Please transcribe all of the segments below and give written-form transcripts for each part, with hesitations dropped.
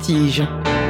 Vertige.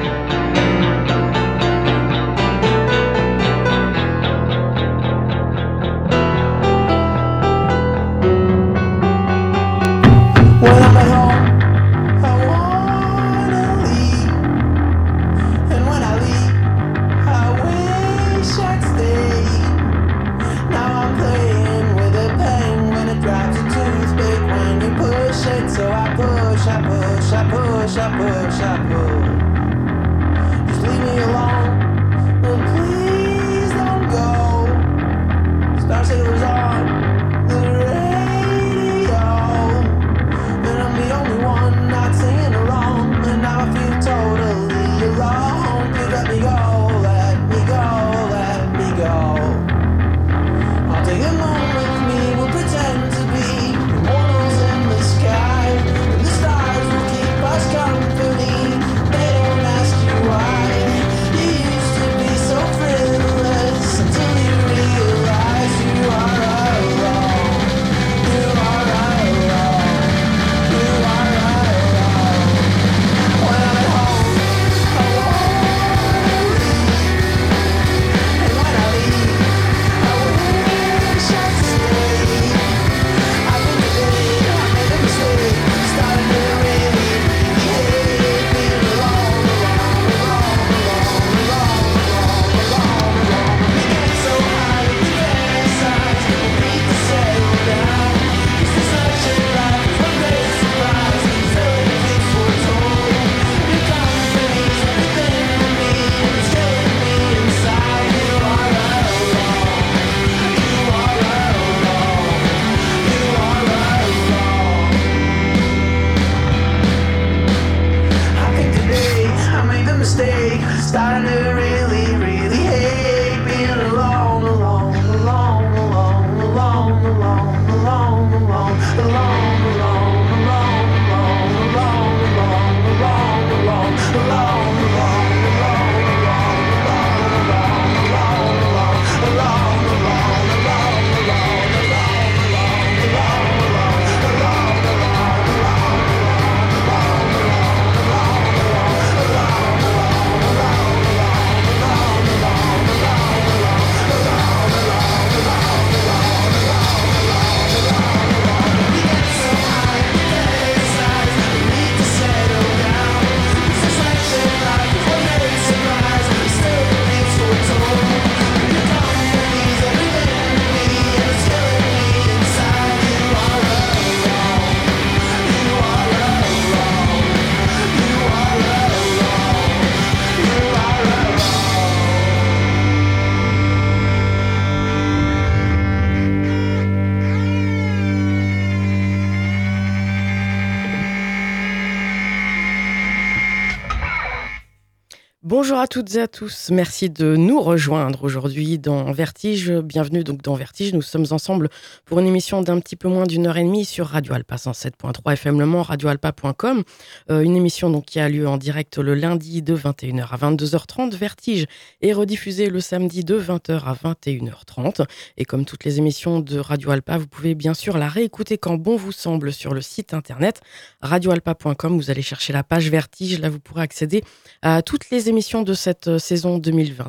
Bonjour à toutes et à tous, merci de nous rejoindre aujourd'hui dans Vertige. Bienvenue donc dans Vertige, nous sommes ensemble pour une émission d'un petit peu moins d'une heure et demie sur Radio Alpa 107.3 FM Le Mans, radioalpa.com. Une émission donc qui a lieu en direct le lundi de 21h à 22h30. Vertige est rediffusée le samedi de 20h à 21h30. Et comme toutes les émissions de Radio Alpa, vous pouvez bien sûr la réécouter quand bon vous semble sur le site internet radioalpa.com. Vous allez chercher la page Vertige, là vous pourrez accéder à toutes les émissions de cette saison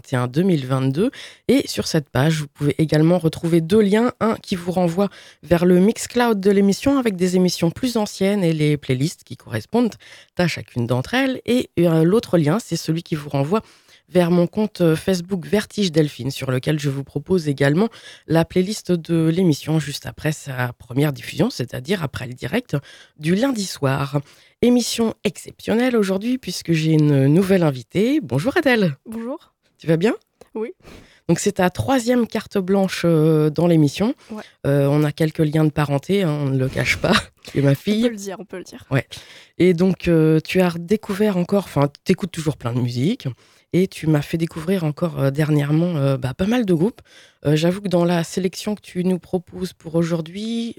2021-2022 et sur cette page vous pouvez également retrouver deux liens, un qui vous renvoie vers le Mixcloud de l'émission avec des émissions plus anciennes et les playlists qui correspondent à chacune d'entre elles, et l'autre lien c'est celui qui vous renvoie vers mon compte Facebook Vertige Delphine, sur lequel je vous propose également la playlist de l'émission juste après sa première diffusion, c'est-à-dire après le direct du lundi soir. Émission exceptionnelle aujourd'hui puisque j'ai une nouvelle invitée. Bonjour Adèle. Bonjour. Tu vas bien ? Oui. Donc c'est ta troisième carte blanche dans l'émission. Ouais. On a quelques liens de parenté, hein, on ne le cache pas. Tu es ma fille. On peut le dire. Ouais. Et donc tu as découvert encore, enfin tu écoutes toujours plein de musique. Et tu m'as fait découvrir encore dernièrement pas mal de groupes. J'avoue que dans la sélection que tu nous proposes pour aujourd'hui,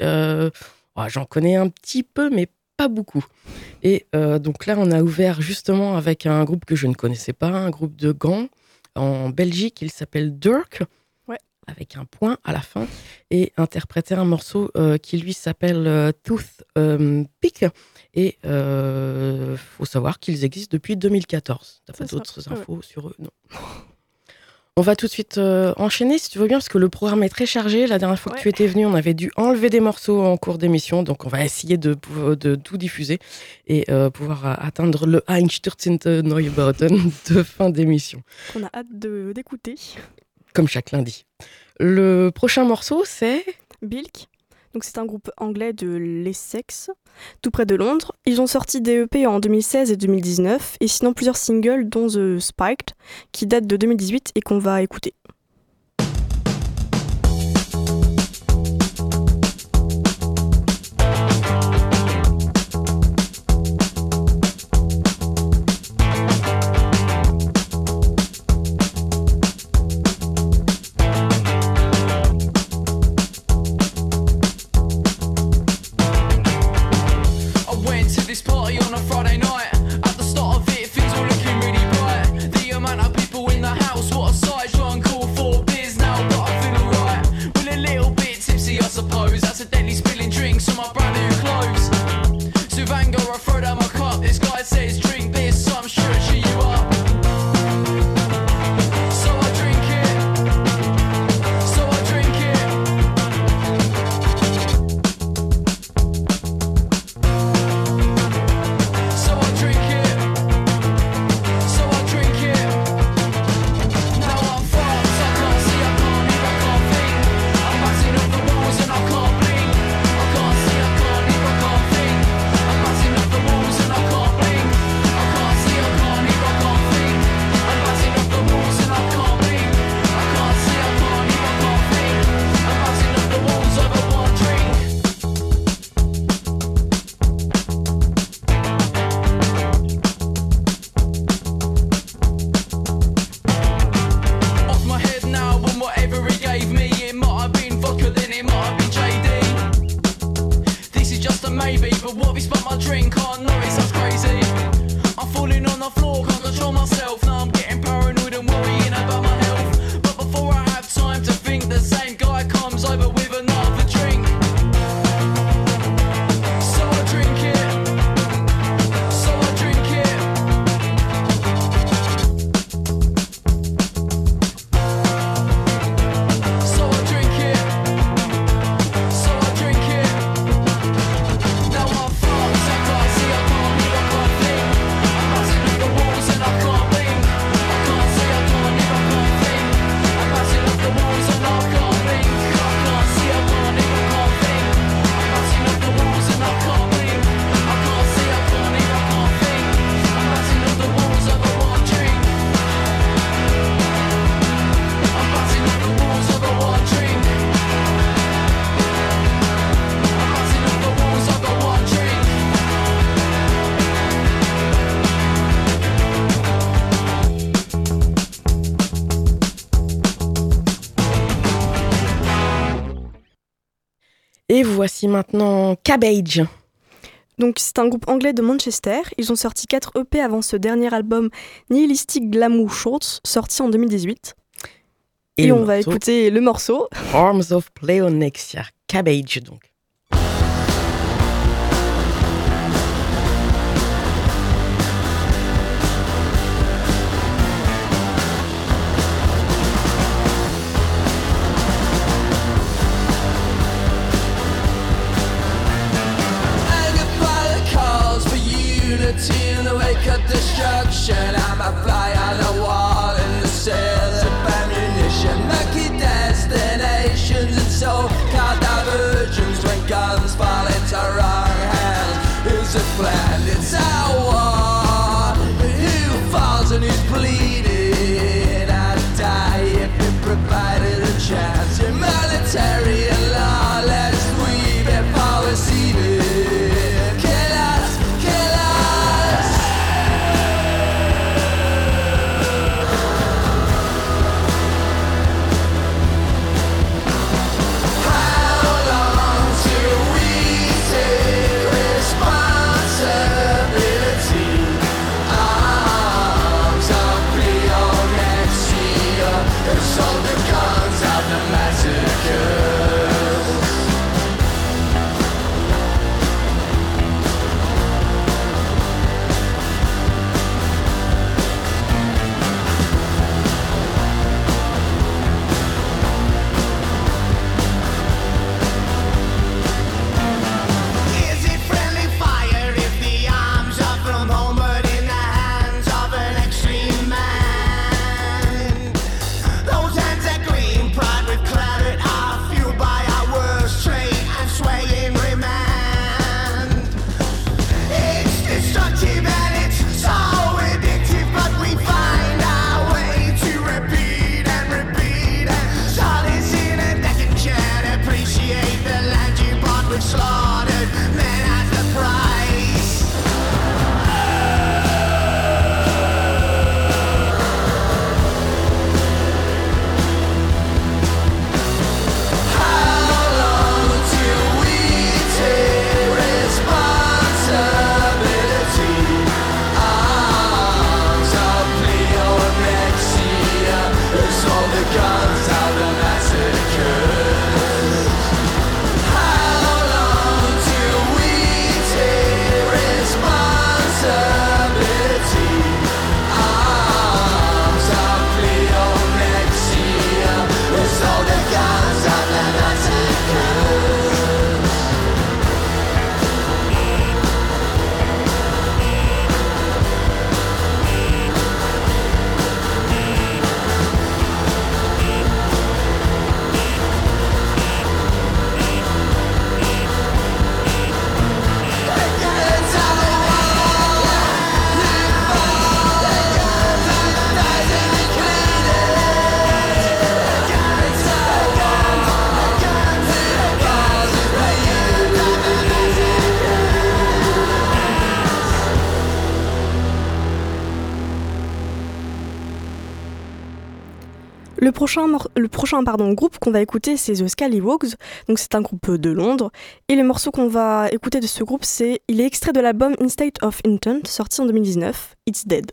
j'en connais un petit peu, mais pas beaucoup. Et donc là, on a ouvert justement avec un groupe que je ne connaissais pas, un groupe de Gand en Belgique. Il s'appelle Dirk, avec un point à la fin, et interpréter un morceau qui lui s'appelle Tooth Pick. Et faut savoir qu'ils existent depuis 2014. T'as pas C'est d'autres ça, infos sur eux? Non. On va tout de suite enchaîner, si tu veux bien, parce que le programme est très chargé. La dernière fois que tu étais venu, on avait dû enlever des morceaux en cours d'émission, donc on va essayer de tout diffuser et pouvoir atteindre le Einstürzende Neubauten de fin d'émission. On a hâte d'écouter. Comme chaque lundi. Le prochain morceau, c'est Bilk. Donc c'est un groupe anglais de l'Essex, tout près de Londres. Ils ont sorti des EP en 2016 et 2019, et sinon plusieurs singles, dont The Spiked, qui date de 2018 et qu'on va écouter. Et voici maintenant Cabbage. Donc c'est un groupe anglais de Manchester. Ils ont sorti 4 EP avant ce dernier album Nihilistic Glamour Shorts, sorti en 2018. Et on va écouter le morceau Arms of Pleonexia, Cabbage donc. In the wake of destruction, I'm a fly on the wall in the cells of ammunition. Lucky destinations and so-called diversions. Le prochain groupe qu'on va écouter, c'est The Scallywags. Donc c'est un groupe de Londres. Et le morceau qu'on va écouter de ce groupe, il est extrait de l'album In State of Intent, sorti en 2019, It's Dead.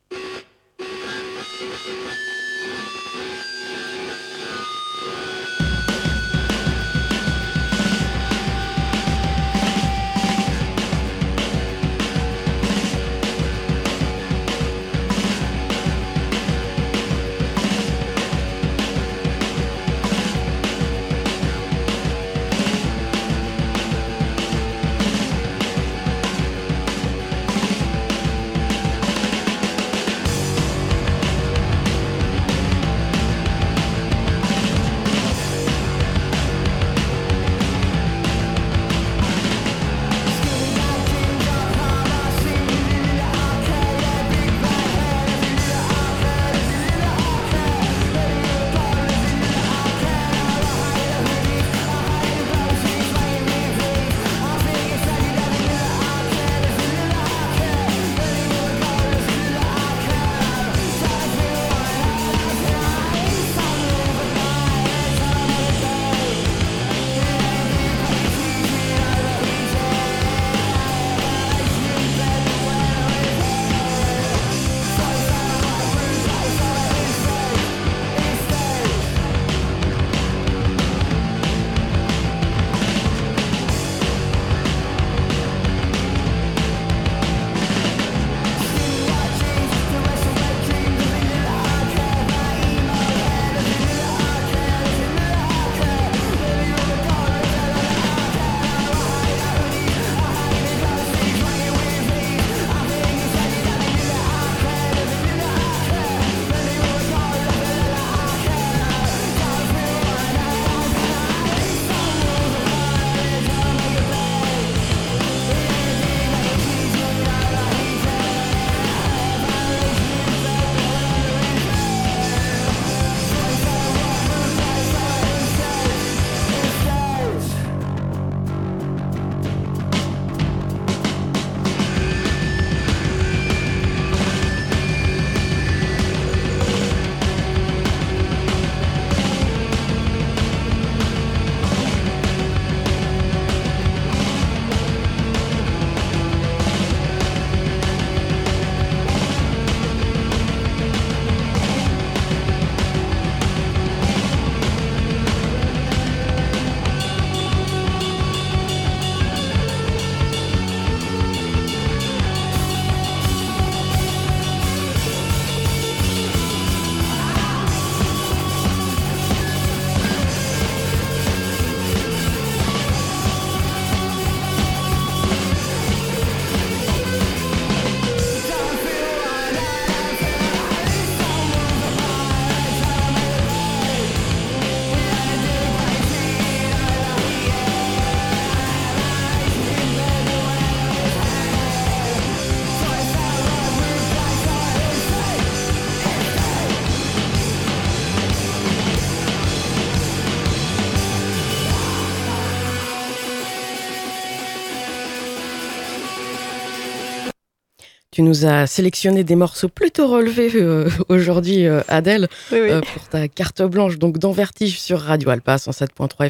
Tu nous as sélectionné des morceaux plutôt relevés aujourd'hui, Adèle, oui. pour ta carte blanche. Donc, dans Vertige sur Radio Alpa, 107.3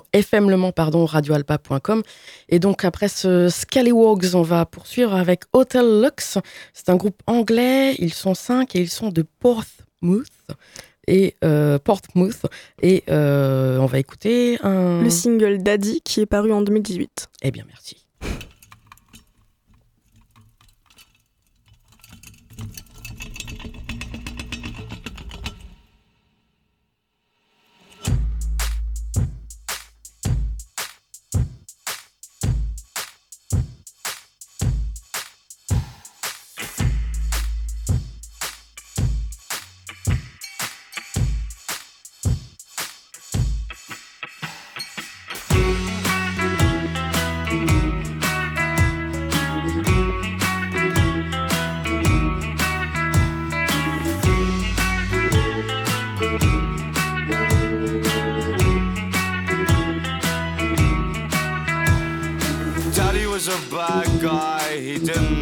FM Le Mans, radioalpa.com. Et donc, après ce Scallywags, on va poursuivre avec Hotel Lux. C'est un groupe anglais. Ils sont 5 et ils sont de Portsmouth. Et on va écouter le single Daddy qui est paru en 2018. Eh bien, merci.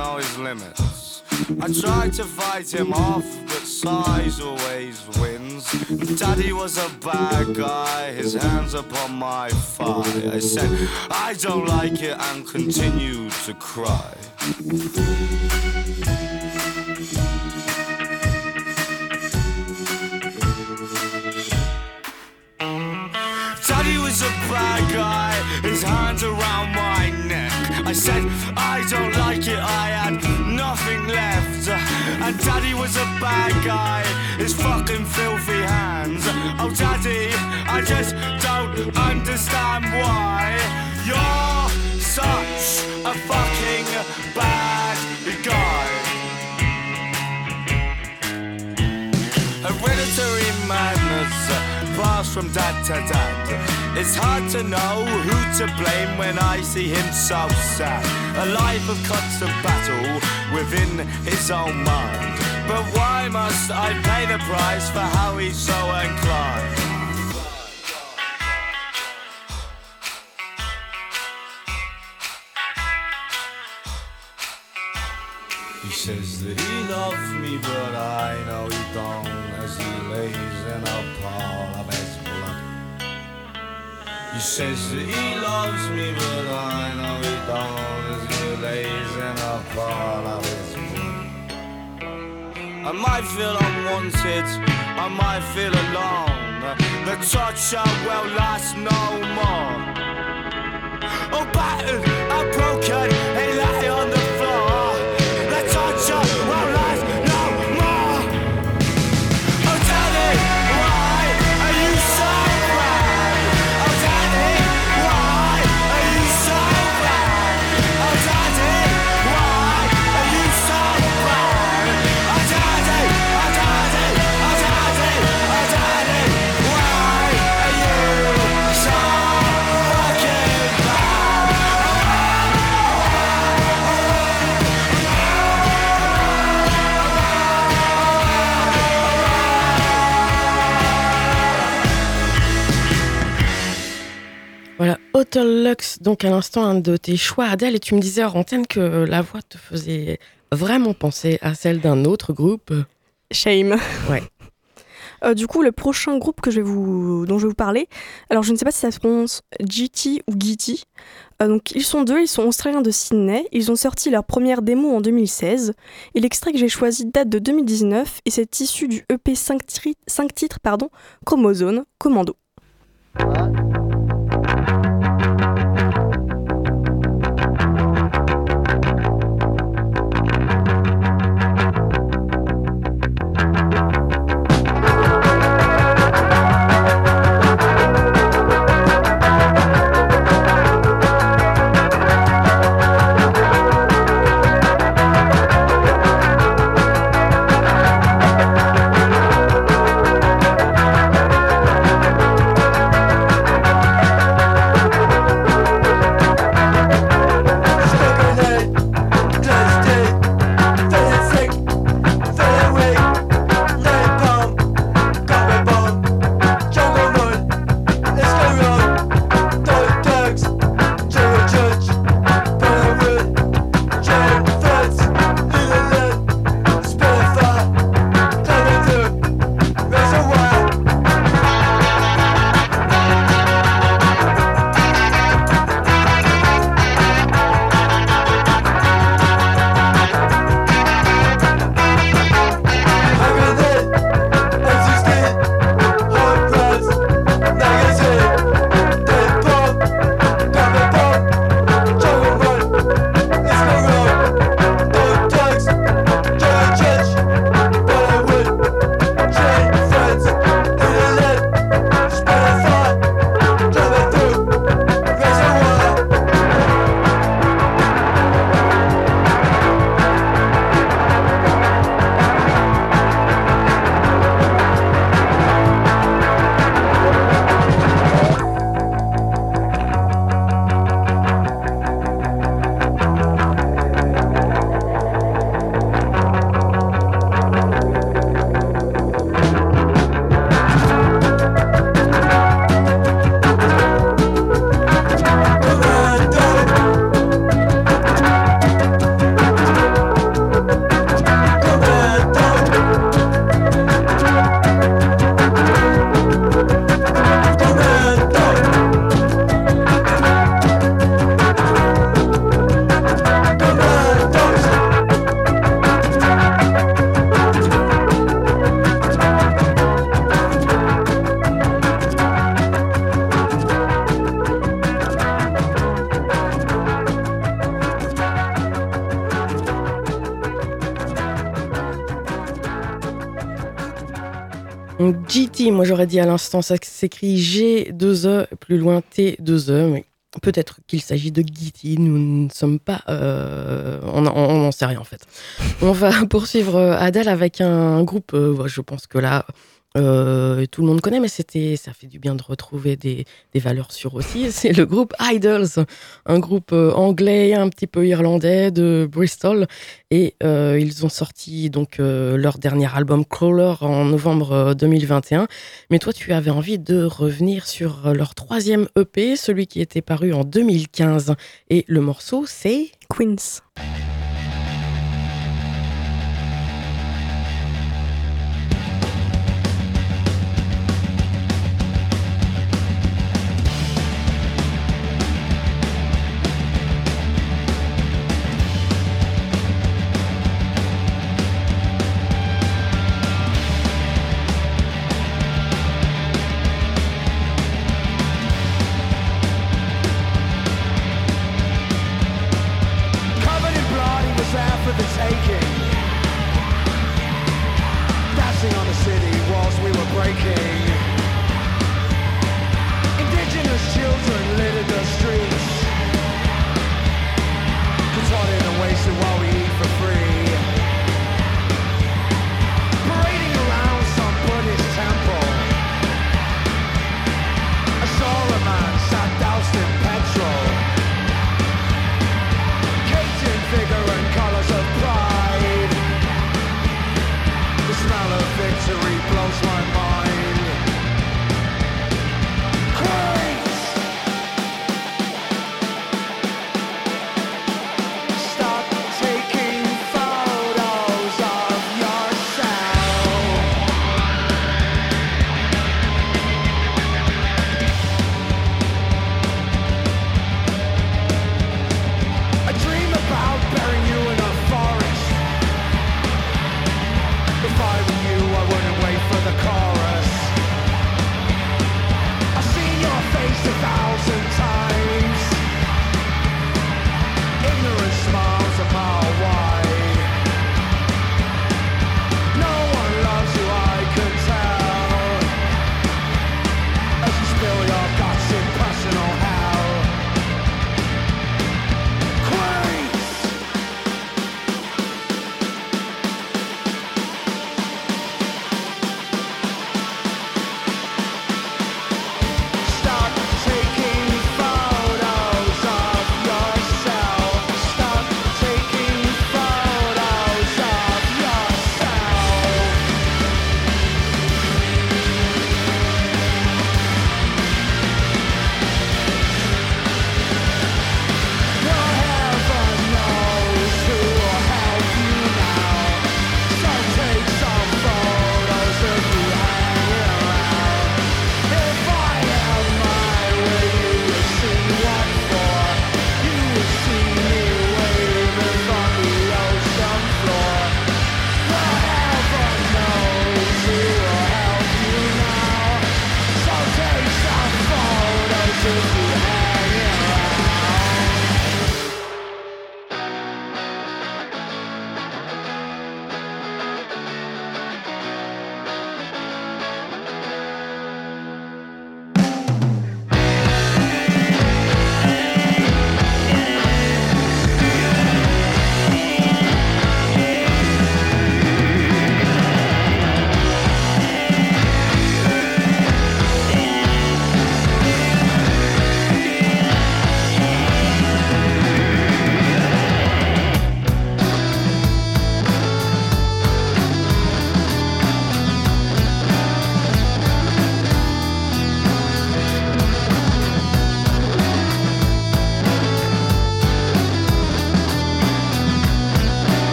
I tried to fight him off, but size always wins. Daddy was a bad guy, his hands upon my thigh. I said, I don't like it, and continued to cry. Daddy was a bad guy, his hands around my neck. I said, I don't like it, I had nothing left. And Daddy was a bad guy, his fucking filthy hands. Oh Daddy, I just don't understand why you're such a fucking bad guy. Hereditary madness passed from dad to dad. It's hard to know who to blame when I see him so sad. A life of constant battle within his own mind. But why must I pay the price for how he's so inclined? He says that he loves me, but I know he don't, as he lays in a pile of his blood. He says that he loves me, but I know he don't, as he lays in a pile of his blood. I might feel unwanted, I might feel alone. The torture will last no more. Oh, battered, I'm broken, they lie on the floor. The torture will last no more. Oh Daddy, why are you so bad? Oh Daddy, why are you so bad? Oh Daddy, why are you so bad? Oh Daddy, oh Daddy, oh Daddy, oh Daddy, why are you so fucking bad? Voilà, Hotel Lux, donc à l'instant un de tes choix, Adèle, et tu me disais hors antenne que la voix te faisait vraiment penser à celle d'un autre groupe. Shame. Ouais. Du coup, le prochain groupe dont je vais vous parler, alors je ne sais pas si ça se prononce GT ou Giti. Donc ils sont deux, ils sont australiens de Sydney. Ils ont sorti leur première démo en 2016. Et l'extrait que j'ai choisi date de 2019 et c'est issu du EP 5 titres, Chromosome, Commando. GT, moi j'aurais dit à l'instant, ça s'écrit G2E, plus loin T2E, mais peut-être qu'il s'agit de Gitty, nous ne sommes pas... on n'en sait rien en fait. On va poursuivre Adele avec un groupe, je pense que là... tout le monde connaît, mais ça fait du bien de retrouver des valeurs sûres aussi. C'est le groupe Idols, un groupe anglais, un petit peu irlandais de Bristol. Et ils ont sorti donc leur dernier album Crawler en novembre 2021. Mais toi, tu avais envie de revenir sur leur 3e EP, celui qui était paru en 2015. Et le morceau, c'est Queens. Covered in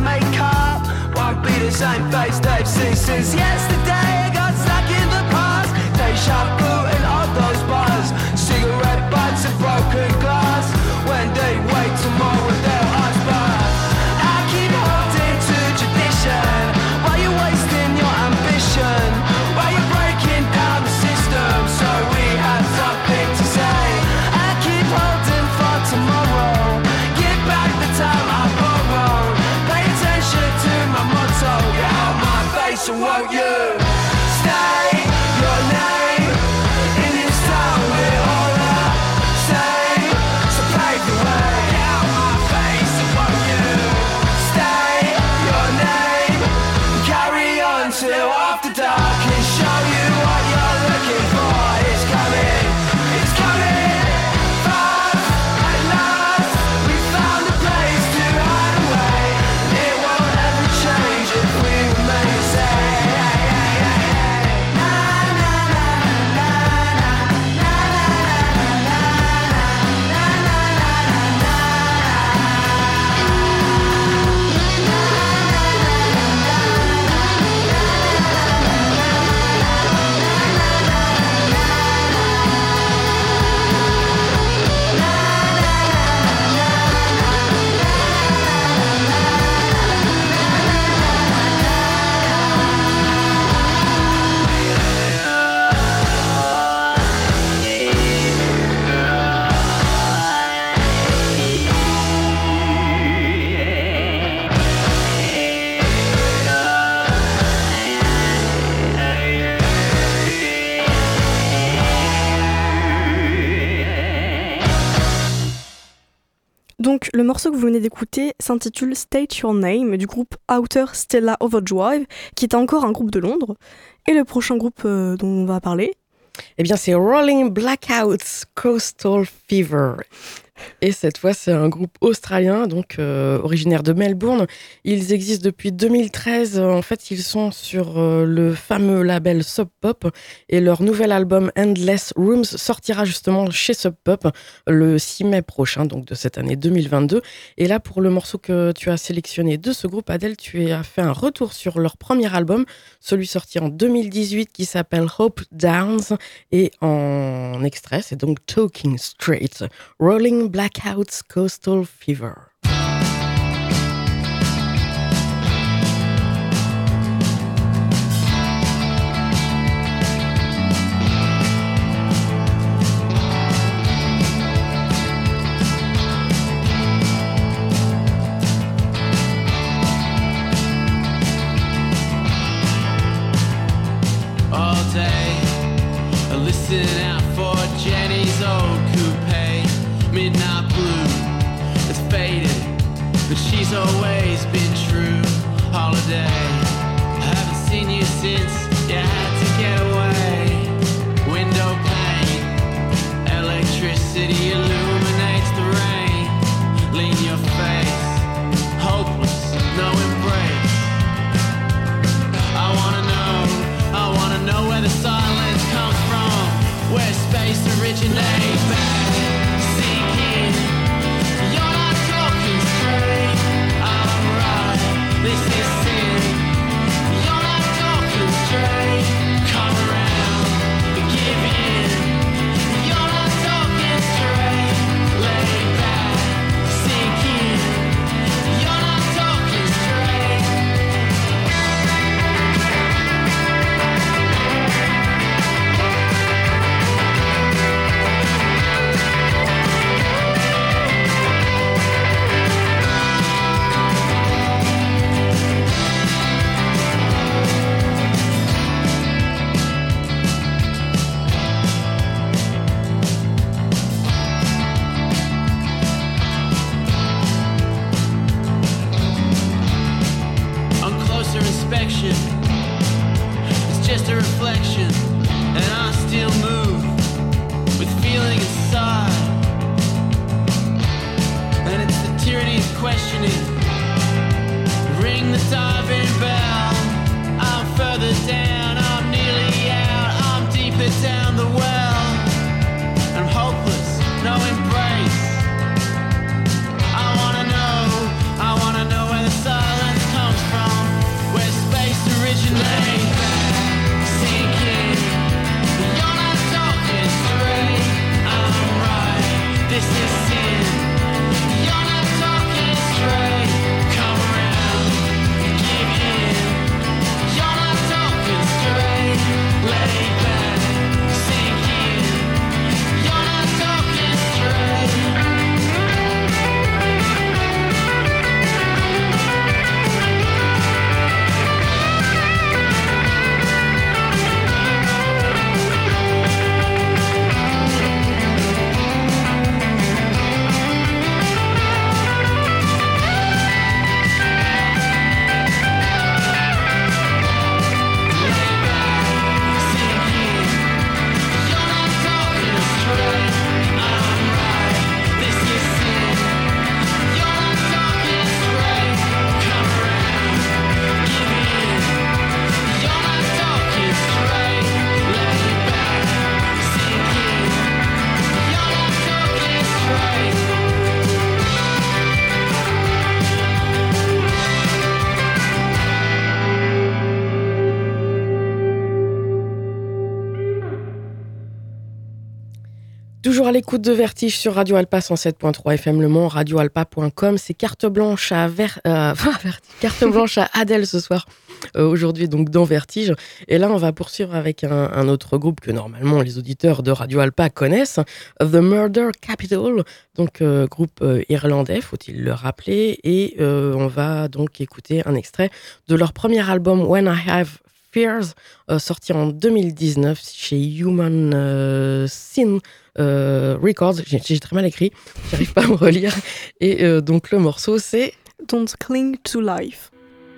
makeup won't be the same face they've seen since yesterday. Got stuck in the past, deja vu and all those bars, cigarette butts and broken glass. When they wait tomorrow they'll ask, but I keep holding to tradition while you're wasting your ambition, while you're breaking down the system so we have something to say. I keep holding for tomorrow, give back the time I borrowed, pay attention to my motto, get out my face and won't you stay your name in this town we're all the same, so pave the way. Get out my face and won't you stay your name, carry on till after dark and show you what you're looking for. It's coming fast at last. We found a place to hide away, and it won't ever change if we remain the same. Na na na na na na Donc le morceau que vous venez d'écouter s'intitule State Your Name du groupe Outer Stella Overdrive, qui est encore un groupe de Londres. Et le prochain groupe dont on va parler, Eh bien, c'est Rolling Blackouts Coastal Fever. Et cette fois, c'est un groupe australien, donc originaire de Melbourne. Ils existent depuis 2013. En fait, ils sont sur le fameux label Sub Pop. Et leur nouvel album Endless Rooms sortira justement chez Sub Pop le 6 mai prochain, donc de cette année 2022. Et là, pour le morceau que tu as sélectionné de ce groupe, Adèle, tu as fait un retour sur leur premier album, celui sorti en 2018 qui s'appelle Hope Downs. Et en extrait, c'est donc Talking Straight, Rolling Blackouts Coastal Fever. All day, listen out for Jenny's old coupe. Midnight blue, it's faded, but she's always been true. Holiday, I haven't seen you since you had to get away. Window pane, electricity illuminates the rain. Lean your face, hopeless, no embrace. I wanna know where the silence comes from, where space originates. Seeking, you're not talking straight. I'm right, this is sin. You're not talking straight. Come around, give in. You're not talking straight. Lay back, sink in. You're not talking straight. On closer inspection, it's just a reflection, and I still move with feeling inside. And it's the tyranny of questioning. Ring the diving bell. I'm further down, I'm nearly out, I'm deeper down the well. I'm hopeless, no embrace. I wanna know where the silence Toujours à l'écoute de Vertige sur Radio Alpa 107.3 FM Le Mans, radioalpa.com. C'est carte blanche à carte blanche à Adèle ce soir. Aujourd'hui donc dans Vertige. Et là on va poursuivre avec un autre groupe que normalement les auditeurs de Radio Alpa connaissent, The Murder Capital, donc groupe irlandais, faut-il le rappeler. Et on va donc écouter un extrait de leur premier album When I Have Fears, sorti en 2019 chez Human Sin Records. J'ai très mal écrit, j'arrive pas à me relire. Et donc le morceau c'est Don't Cling to Life.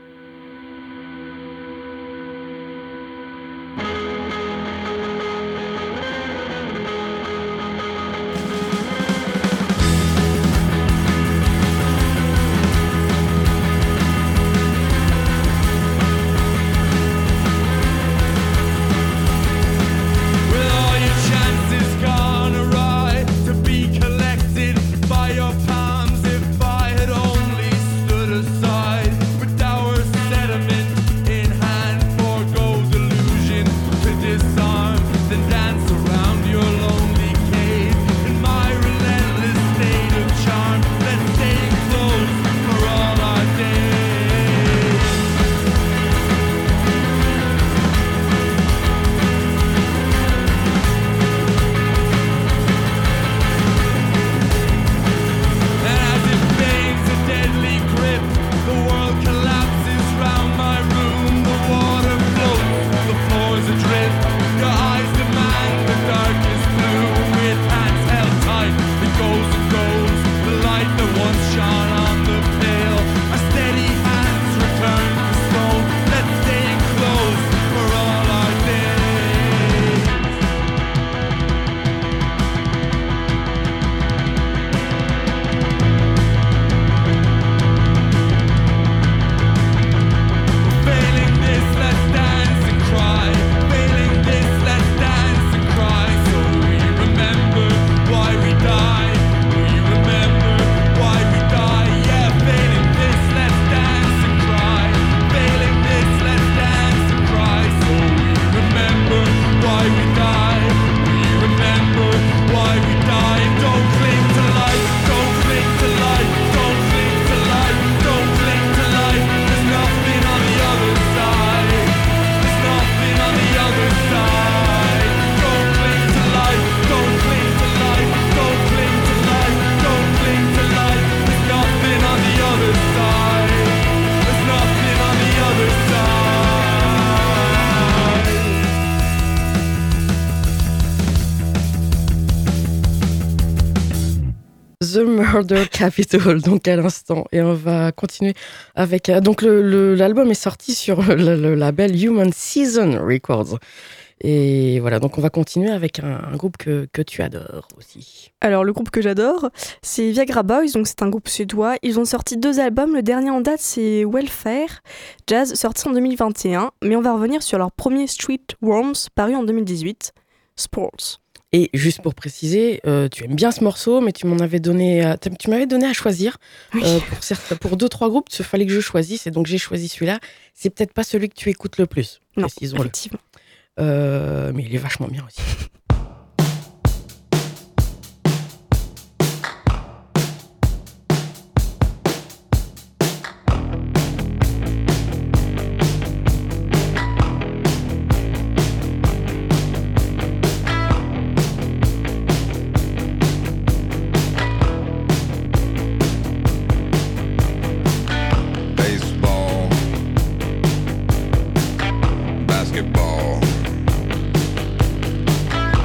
The Murder Capital, donc à l'instant. Et on va continuer avec... Donc l'album est sorti sur le label Human Season Records. Et voilà, donc on va continuer avec un groupe que tu adores aussi. Alors le groupe que j'adore, c'est Viagra Boys, donc c'est un groupe suédois. Ils ont sorti 2 albums, le dernier en date c'est Welfare Jazz, sorti en 2021. Mais on va revenir sur leur premier Street Worms, paru en 2018, Sports. Et juste pour préciser, tu aimes bien ce morceau, mais tu m'avais donné à choisir. Oui. Pour 2-3 groupes, il fallait que je choisisse, et donc j'ai choisi celui-là. C'est peut-être pas celui que tu écoutes le plus, non, précisons-le. Effectivement. Mais il est vachement bien aussi. Basketball.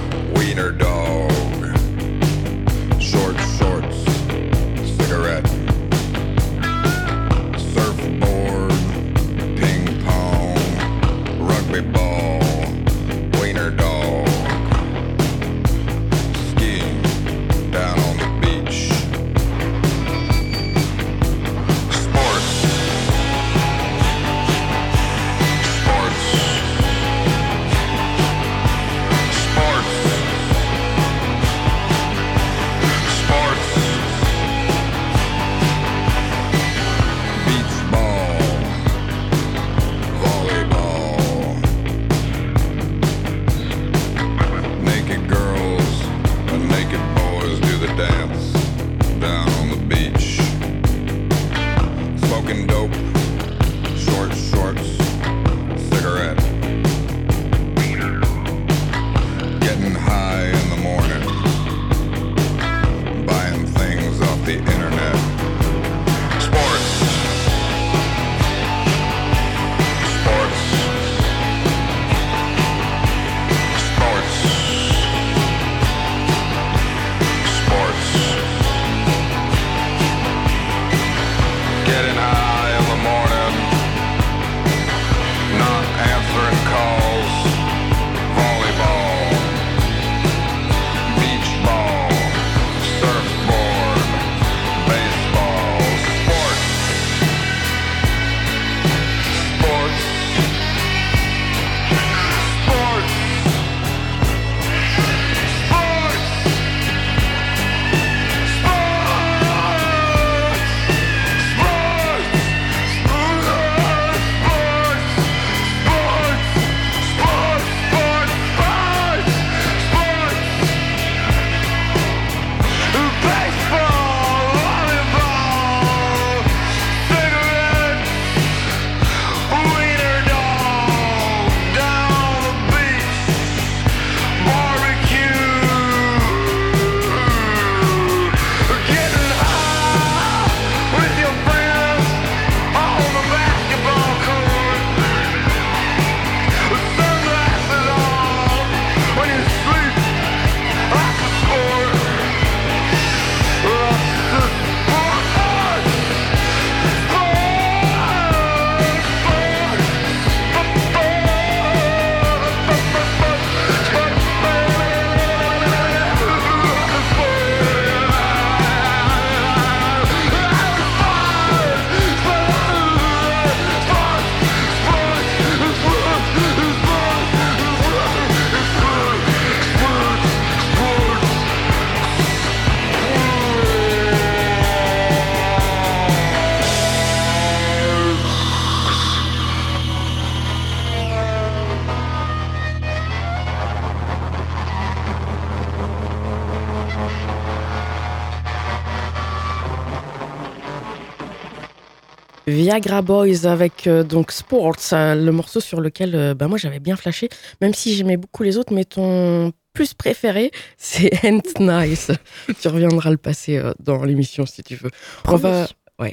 Viagra Boys avec donc Sports, le morceau sur lequel moi j'avais bien flashé, même si j'aimais beaucoup les autres, mais ton plus préféré, c'est Ain't Nice. Tu reviendras le passer dans l'émission si tu veux. On va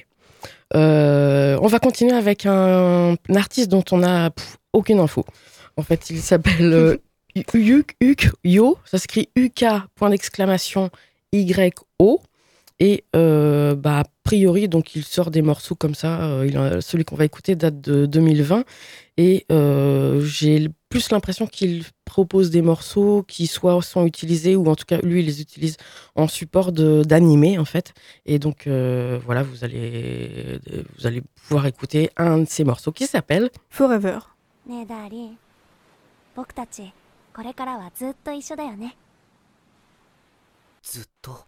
continuer avec un artiste dont on n'a aucune info. En fait, il s'appelle Yo, ça s'écrit UK, point d'exclamation, YO. Et a priori, donc, il sort des morceaux comme ça. Celui qu'on va écouter date de 2020. Et j'ai plus l'impression qu'il propose des morceaux qui soit sont utilisés, ou en tout cas, lui, il les utilise en support d'animé, en fait. Et donc, voilà, vous allez pouvoir écouter un de ces morceaux qui s'appelle Forever. ねえダーリン、僕たちこれからはずっと一緒だよね。 ずっと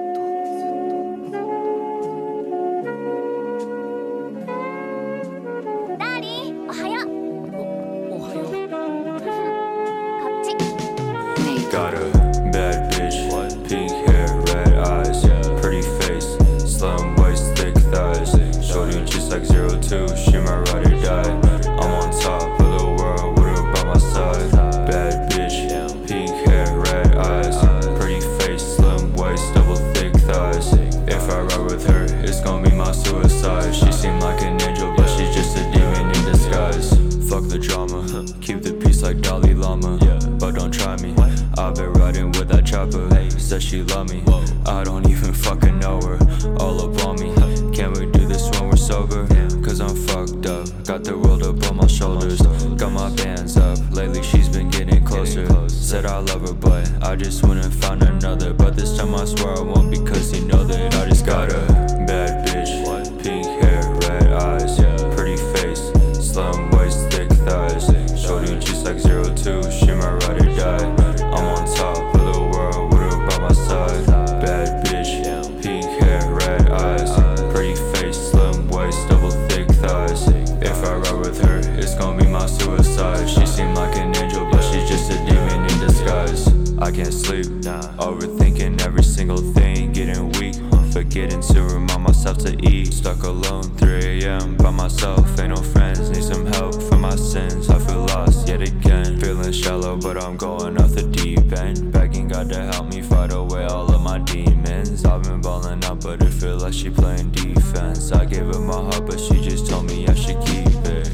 ダーリン、おはよう。 おはよう。 こっち。 Got a bad bitch, pink hair, red eyes, pretty face, slim waist, thick thighs. Shorty just like 02, she my ride or die. I'm on top of the world with her by my side. Bad bitch, pink hair, red eyes, pretty face, slim waist, double thick thighs. If I ride with her, it's gonna be my suicide. She seemed like an angel, but she's just a demon in disguise. Fuck the drama, keep the peace like Dalai Lama. But don't try me, I've been riding with that chopper. Says she love me, I don't even fucking know her. All up on me, can we do this when we're sober? Cause I'm fucked up, got the world up on my shoulders. Got my bands up, lately she's been getting closer. Said I love her but I just went and found another. But this time I swear I won't, because you know that I just got a bad bitch, pink hair, red eyes, pretty face, slim waist, thick thighs. Shorty just like 02, she my ride or die. I'm on top of the world with her by my side. Bad bitch, pink hair, red eyes, pretty face, slim waist, double thick thighs. If I ride with her, it's gonna be my suicide. She seemed like an angel, but she's just a demon in disguise. I can't sleep, overthinking every single thing, getting weak, forgetting to remind myself to eat. Stuck alone, 3 a.m. by myself, ain't no friends, need some help for my sins. I feel lost yet again, feeling shallow but I'm going off the deep end. Begging God to help me fight away all of my demons. I've been balling out but it feel like she playing defense. I gave her my heart but she just told me I should keep it.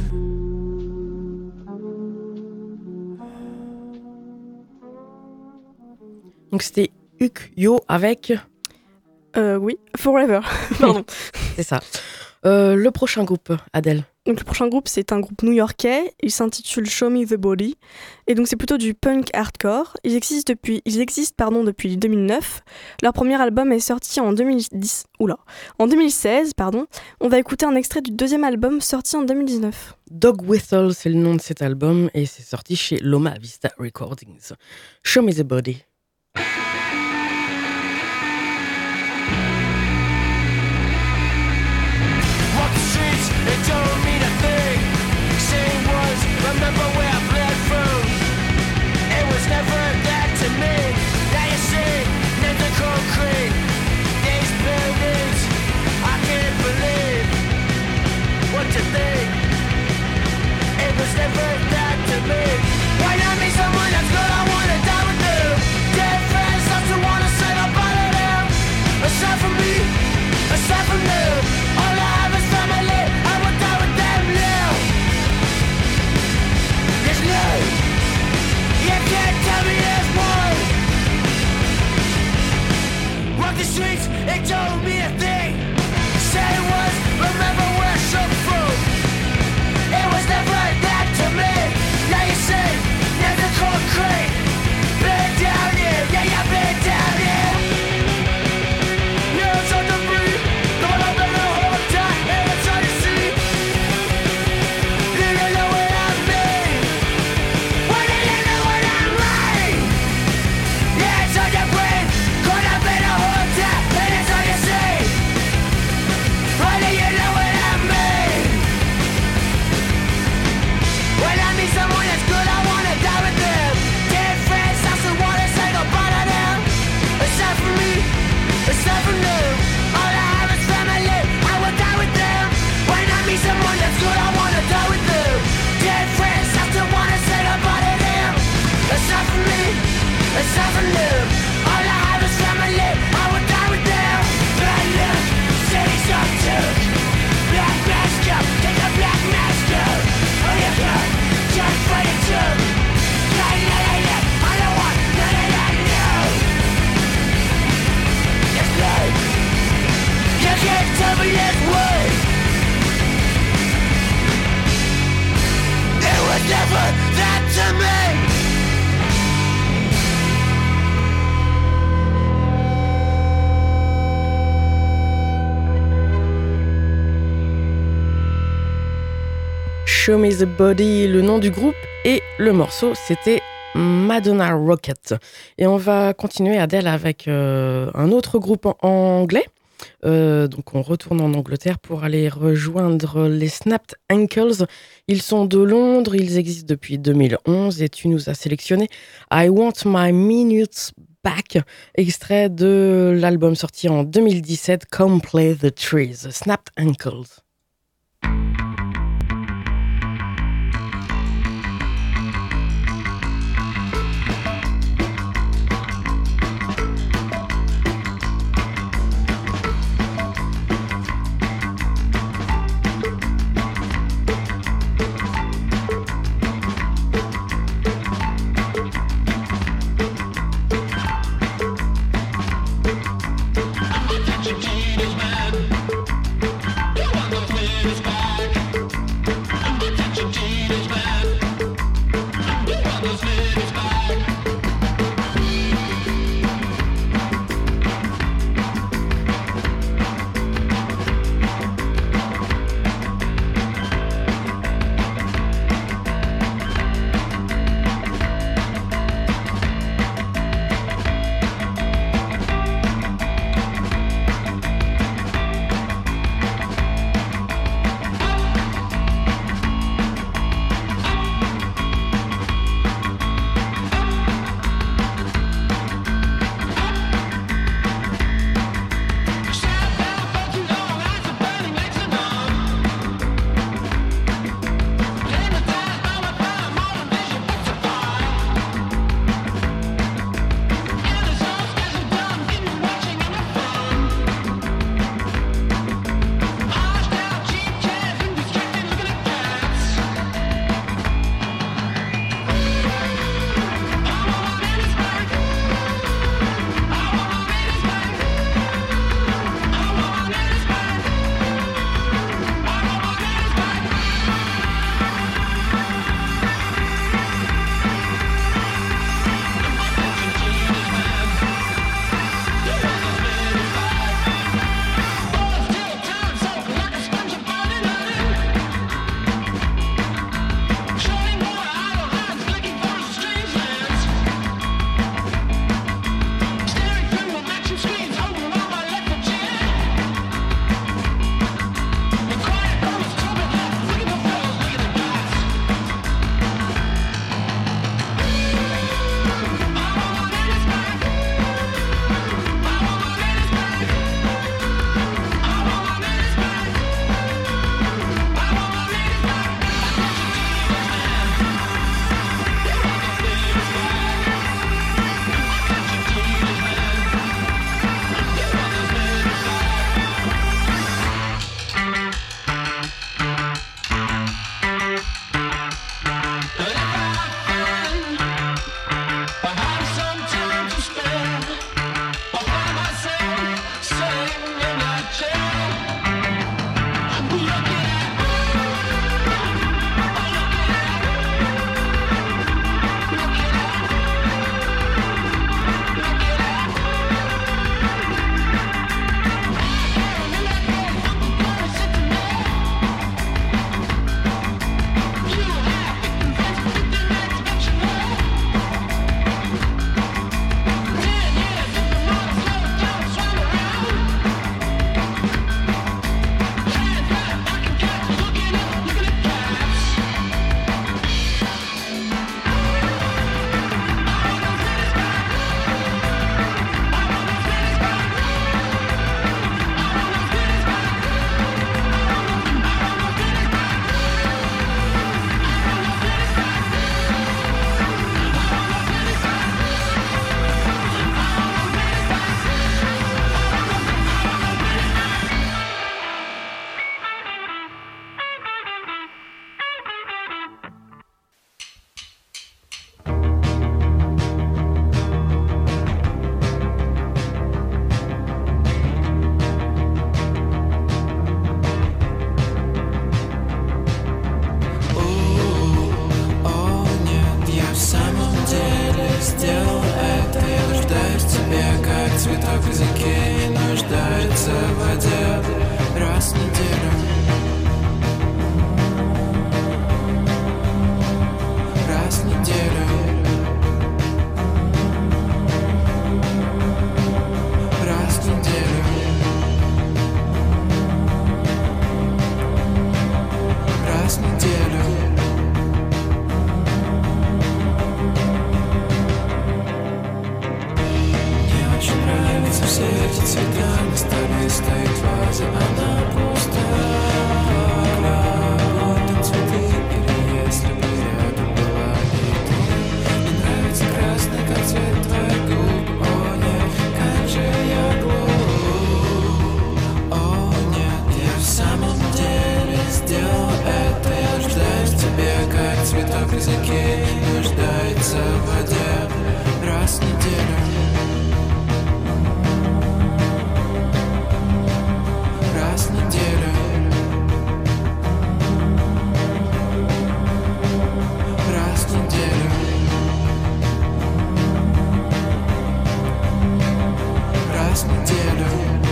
Donc c'était Yo avec Oui, Forever. Pardon. c'est ça. Le prochain groupe, Adèle. Donc le prochain groupe, c'est un groupe new-yorkais. Il s'intitule Show Me the Body. Et donc c'est plutôt du punk hardcore. Ils existent depuis 2009. Leur premier album est sorti en 2016. On va écouter un extrait du deuxième album sorti en 2019. Dog Whistle, c'est le nom de cet album et c'est sorti chez Loma Vista Recordings. Show Me the Body. It don't mean a thing. Same words, remember where I bled from. It was never that to me. Now you see, names are concrete. These buildings, I can't believe what you think. It was never that to me. Why not meet someone that's good? I wanna die with them. Dead friends, lots who wanna say goodbye to them. Aside from me, aside from them, all I have is family. You can't tell me there's one. Walk the streets, it don't mean a thing. Say it was, remember where I shook from. It was never that to me. was never that to me. Show Me the Body, le nom du groupe, et le morceau c'était Madonna Rocket. Et on va continuer, Adèle, avec un autre groupe anglais. Donc on retourne en Angleterre pour aller rejoindre les Snapped Ankles. Ils sont de Londres, ils existent depuis 2011 et tu nous as sélectionné I Want My Minutes Back, extrait de l'album sorti en 2017, Come Play the Trees, Snapped Ankles. You want the цветок языке нуждается в воде раз в неделю. Раз в неделю. Раз в неделю. Раз в неделю.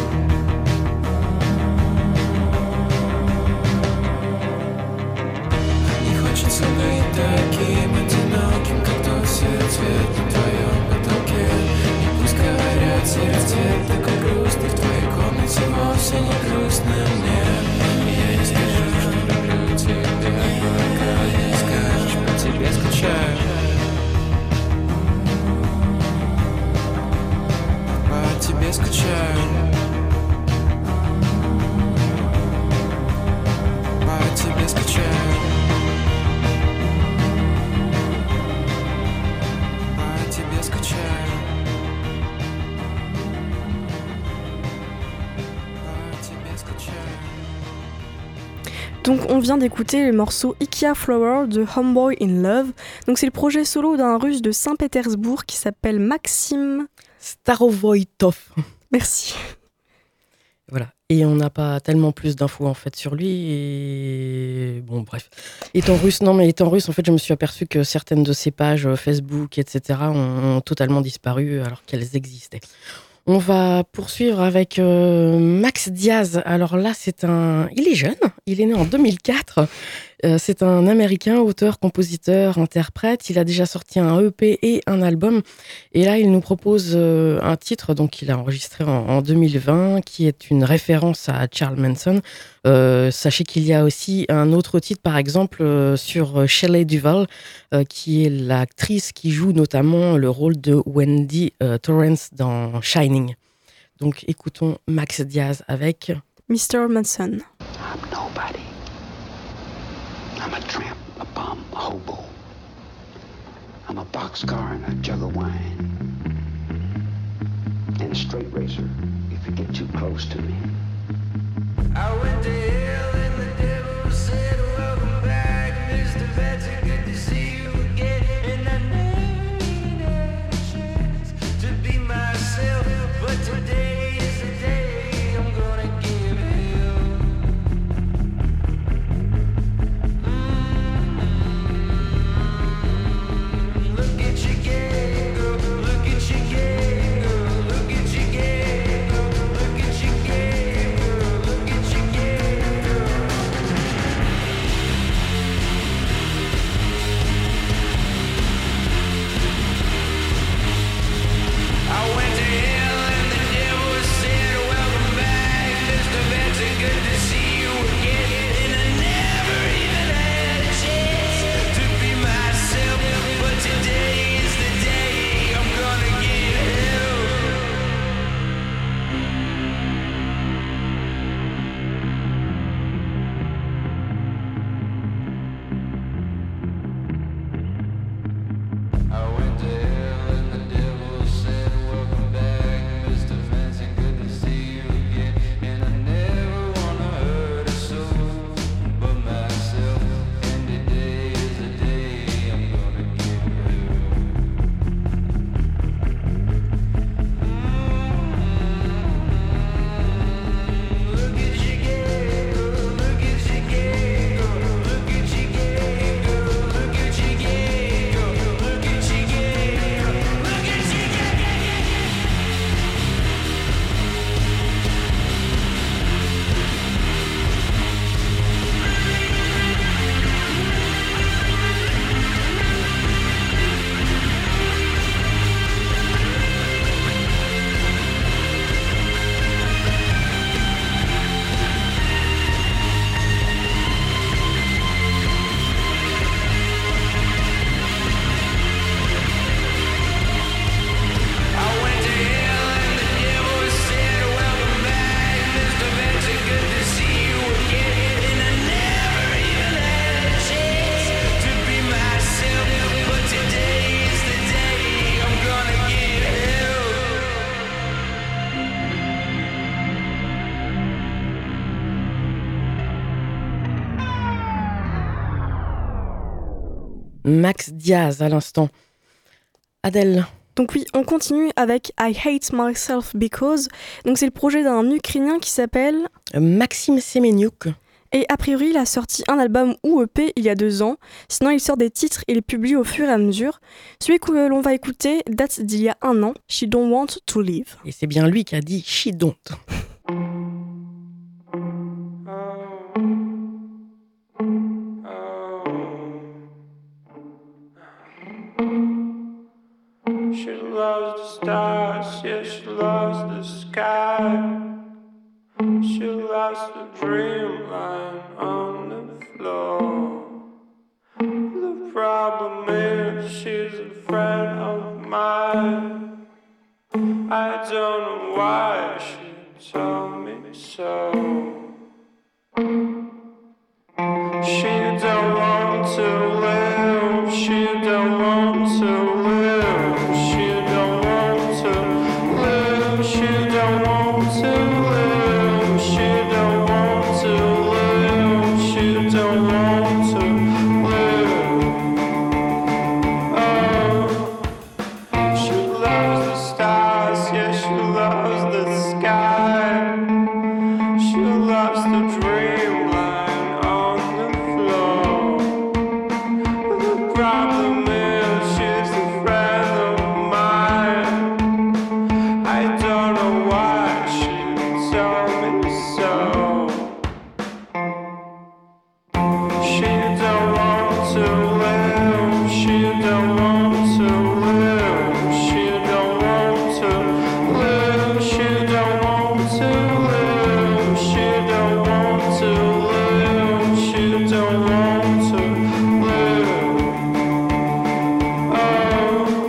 Не хочется быть таким одиноким, как тот сердцвет на твоем потолке. И пусть говорят, сердцвет такой грустный, в твоей комнате вовсе не грустно мне. Я не скажу, что люблю тебя, пока не скажешь, по тебе скучаю. По тебе скучаю. По тебе скучаю. По тебе скучаю. По тебе скучаю. Donc on vient d'écouter le morceau Ikea Flower de Homeboy in Love. Donc c'est le projet solo d'un russe de Saint-Pétersbourg qui s'appelle Maxime Starovoitov. Merci. Voilà. Et on n'a pas tellement plus d'infos en fait sur lui. Et bon, bref. Étant russe, en fait, je me suis aperçu que certaines de ses pages Facebook, etc., ont totalement disparu alors qu'elles existaient. On va poursuivre avec Max Diaz. Alors là, il est jeune, il est né en 2004. C'est un Américain, auteur, compositeur, interprète. Il a déjà sorti un EP et un album. Et là, il nous propose un titre qu'il a enregistré en 2020, qui est une référence à Charles Manson. Sachez qu'il y a aussi un autre titre, par exemple, sur Shelley Duvall, qui est l'actrice qui joue notamment le rôle de Wendy Torrance dans Shining. Donc, écoutons Max Diaz avec Mr. Manson. I'm nobody. I'm a tramp, a bum, a hobo. I'm a boxcar and a jug of wine. And a straight racer if you get too close to me. I went to hell and the devil said, welcome back, Mr. Betty, good to see you again. And I never had a chance to be myself, but today is the day I'm gonna give hell. Look at your game, girl, look at your game, girl, look at your game, girl, look at your game, girl, look at your game, girl. Max Diaz à l'instant. Adèle. Donc oui, on continue avec I Hate Myself Because. Donc c'est le projet d'un Ukrainien qui s'appelle Maxime Semeniuk. Et a priori, il a sorti un album ou EP il y a 2 ans. Sinon, il sort des titres et les publie au fur et à mesure. Celui que l'on va écouter date d'il y a 1 an, She Don't Want to Live. Et c'est bien lui qui a dit She Don't. She loves the stars, yeah, she loves the sky. She loves the dreamline on the floor. The problem is she's a friend of mine. I don't know why she told me so. She don't want to live, she don't want to live, she don't want to live, she don't want to live, she don't want to live, she don't want to live. Oh, she loves the stars, yeah, she loves the sky, she loves the dreamline on the floor. The problem is she's a friend of mine. I don't know why she told me so. She don't want to live, she don't want to live, she don't want to live, she don't want to live, she don't want to live, she don't want to live. Oh.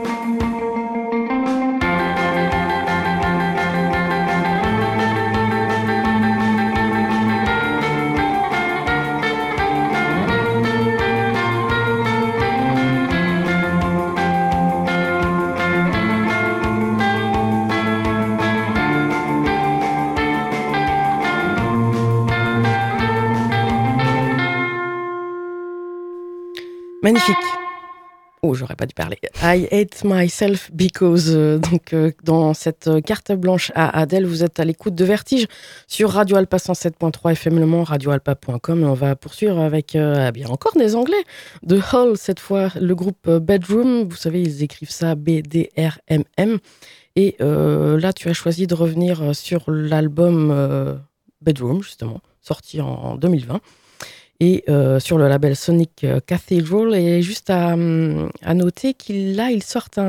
Magnifique. Oh, j'aurais pas dû parler. I Hate Myself Because. Dans cette carte blanche à Adèle, vous êtes à l'écoute de Vertige sur Radio Alpa 107.3 FM Le Mans, radioalpa.com. Et on va poursuivre avec bien encore des Anglais. De Hull, cette fois, le groupe Bedroom. Vous savez, ils écrivent ça B-D-R-M-M. Et là, tu as choisi de revenir sur l'album Bedroom, justement, sorti en 2020. Et sur le label Sonic Cathedral. Et juste à noter qu'ils sortent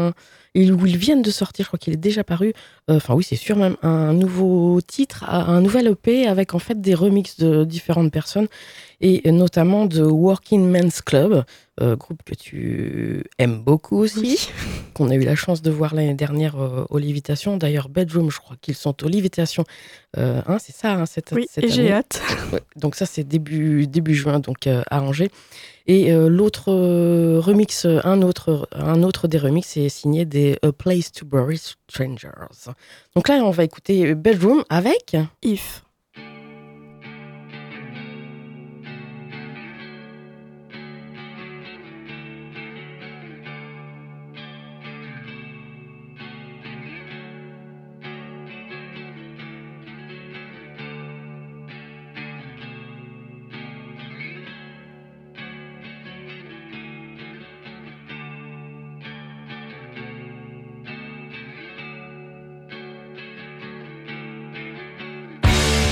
ils viennent de sortir, je crois qu'il est déjà paru, enfin oui c'est sûr même, un nouveau titre, un nouvel EP avec en fait des remixes de différentes personnes et notamment de Working Men's Club, groupe que tu aimes beaucoup aussi, Oui. qu'on a eu la chance de voir l'année dernière au Lévitation. D'ailleurs Bedroom, je crois qu'ils sont au Lévitation, c'est ça, cette Oui, cette et j'ai année. hâte. Ouais, donc ça c'est début juin, donc à Angers. Et l'autre remix, un autre des remixes est signé des A Place to Bury Strangers. Donc là on va écouter Bedroom avec If. If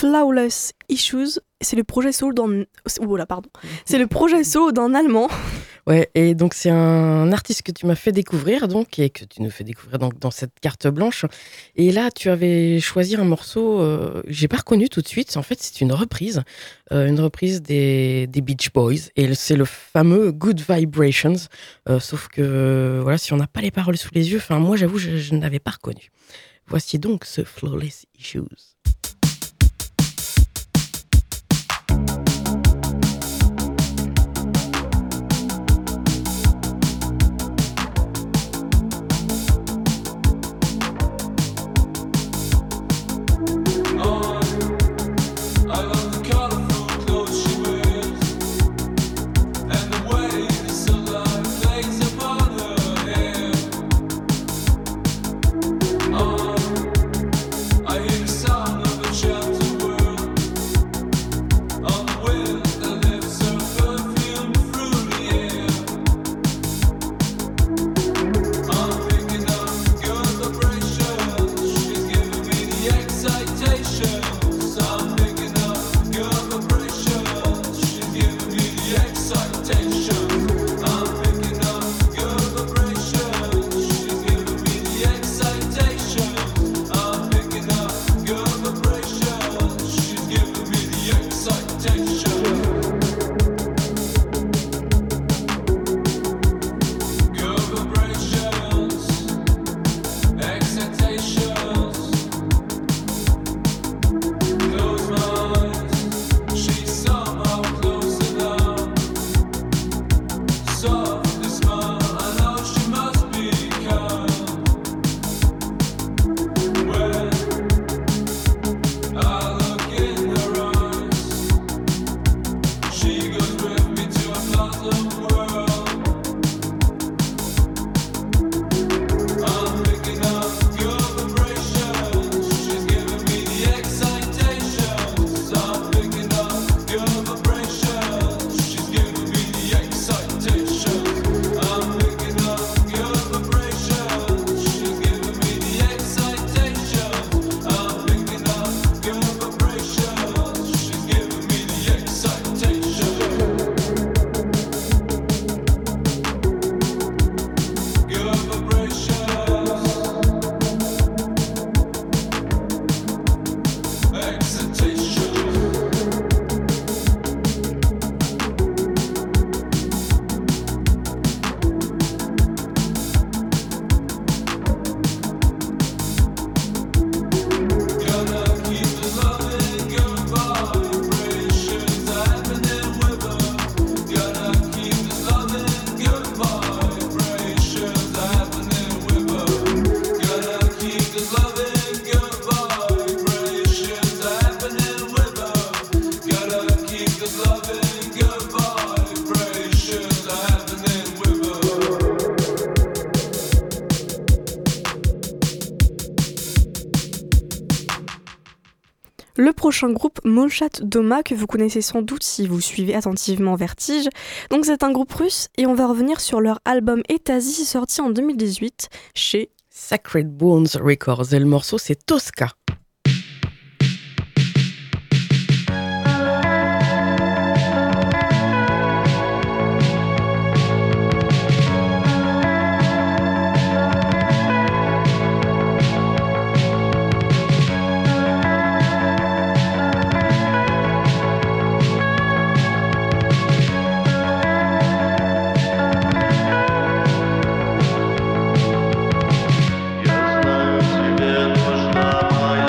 Flawless Issues, c'est le projet solo C'est le projet solo d'un Allemand. Ouais, et donc c'est un artiste que tu m'as fait découvrir donc et que tu nous fais découvrir donc dans cette carte blanche. Et là, tu avais choisi un morceau que j'ai pas reconnu tout de suite. En fait, c'est une reprise des Beach Boys et c'est le fameux Good Vibrations. Sauf que voilà, si on n'a pas les paroles sous les yeux, enfin moi j'avoue, je ne l'avais pas reconnu. Voici donc ce Flawless Issues. Le prochain groupe, Molchat Doma, que vous connaissez sans doute si vous suivez attentivement Vertige. Donc c'est un groupe russe et on va revenir sur leur album Etazi sorti en 2018 chez Sacred Bones Records et le morceau c'est Tosca. Я знаю, тебе нужна моя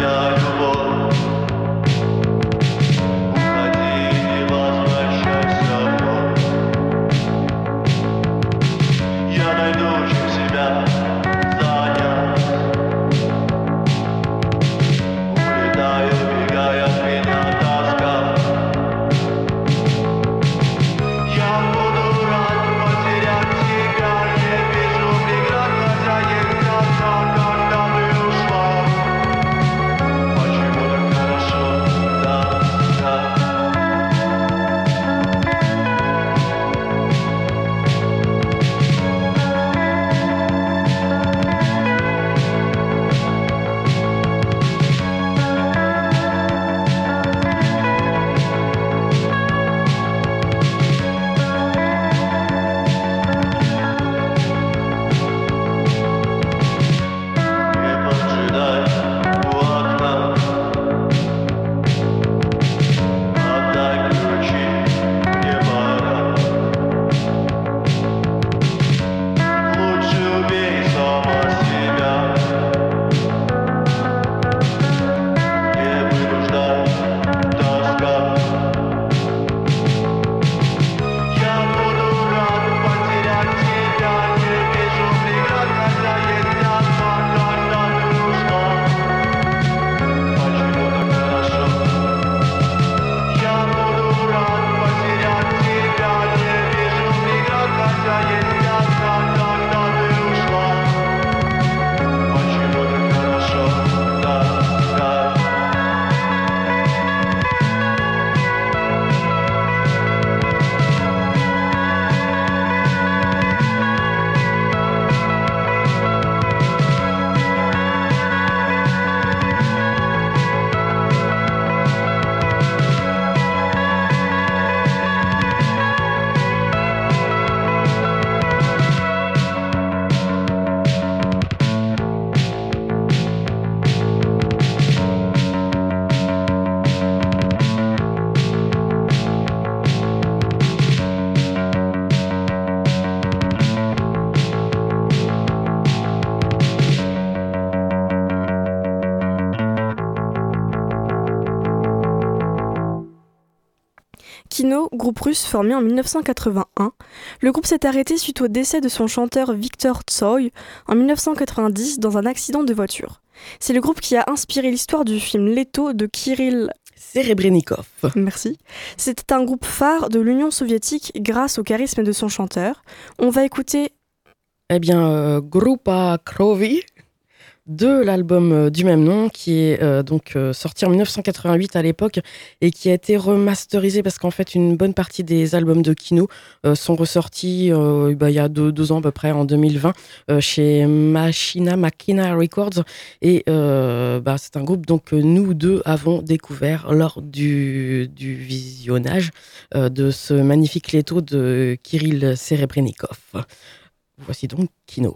Kino, groupe russe formé en 1981. Le groupe s'est arrêté suite au décès de son chanteur Viktor Tsoi en 1990 dans un accident de voiture. C'est le groupe qui a inspiré l'histoire du film Leto de Kirill Serebrennikov. Merci. C'était un groupe phare de l'Union soviétique grâce au charisme de son chanteur. On va écouter Grupa Krovi de l'album du même nom qui est sorti en 1988 à l'époque et qui a été remasterisé parce qu'en fait une bonne partie des albums de Kino sont ressortis il y a deux ans à peu près en 2020 chez Machina Records et c'est un groupe donc que nous deux avons découvert lors du visionnage de ce magnifique Leto de Kirill Serebrennikov. Voici donc Kino.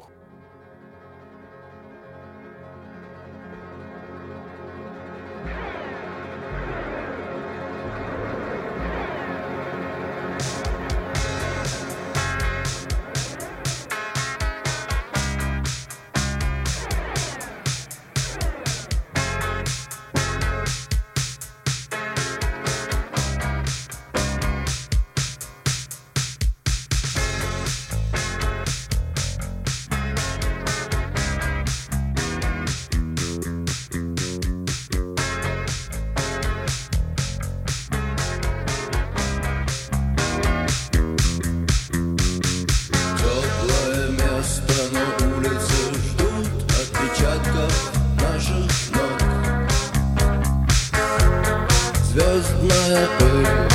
Звездная пыль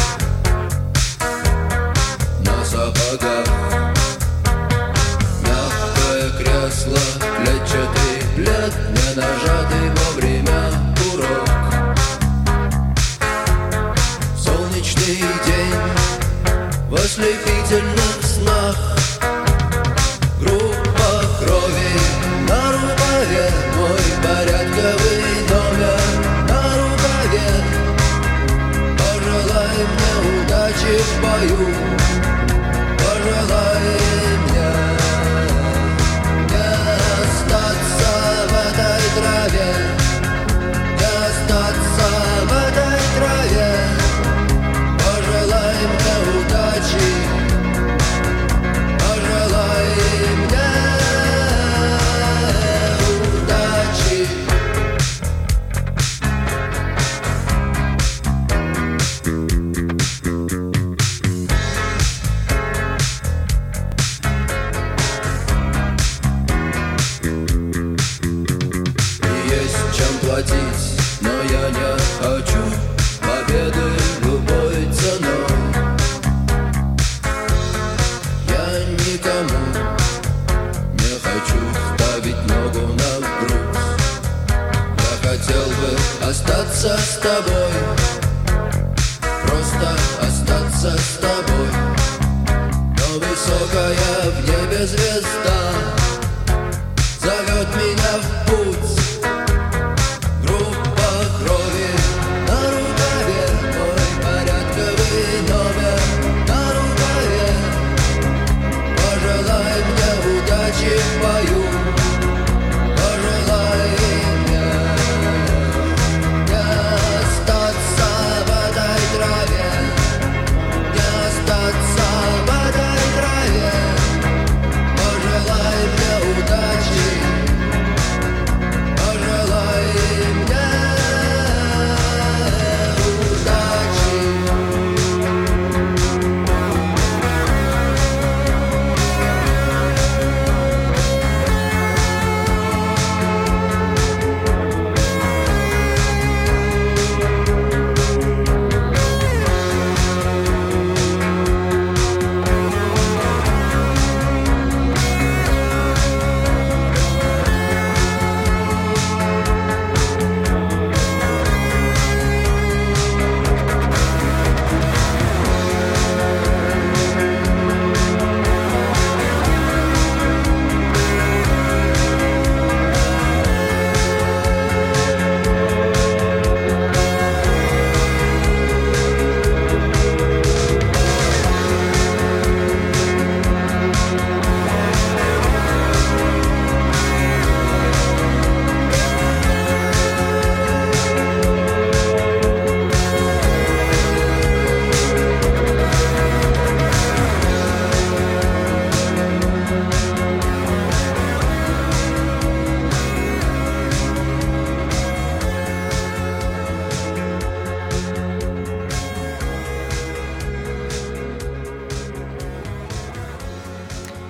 на сапогах, мягкое кресло, клетчатый плед, не нажатый во время урок. Солнечный день в ослепительных снах, группа крови на рукаве, мой порядковый номер на рукаве. Пожелай мне удачи в бою, пожелай мне не остаться в этой траве, не остаться в этой траве. Пожелай мне удачи, пожелай мне удачи. Но я не хочу победы любой ценой. Я никому не хочу ставить ногу на грудь. Я хотел бы остаться с тобой, просто остаться с тобой. Но высокая в небе звезда зовет меня в путь. В бою, пожелай мне не остаться в этой траве, не остаться в этой траве. Пожелай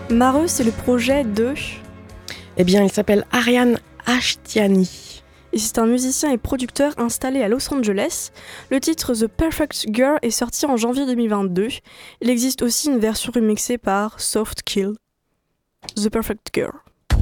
Mareux, c'est le projet de... Eh bien, il s'appelle Arian Ashtiani. Et c'est un musicien et producteur installé à Los Angeles. Le titre The Perfect Girl est sorti en janvier 2022. Il existe aussi une version remixée par Soft Kill. The Perfect Girl.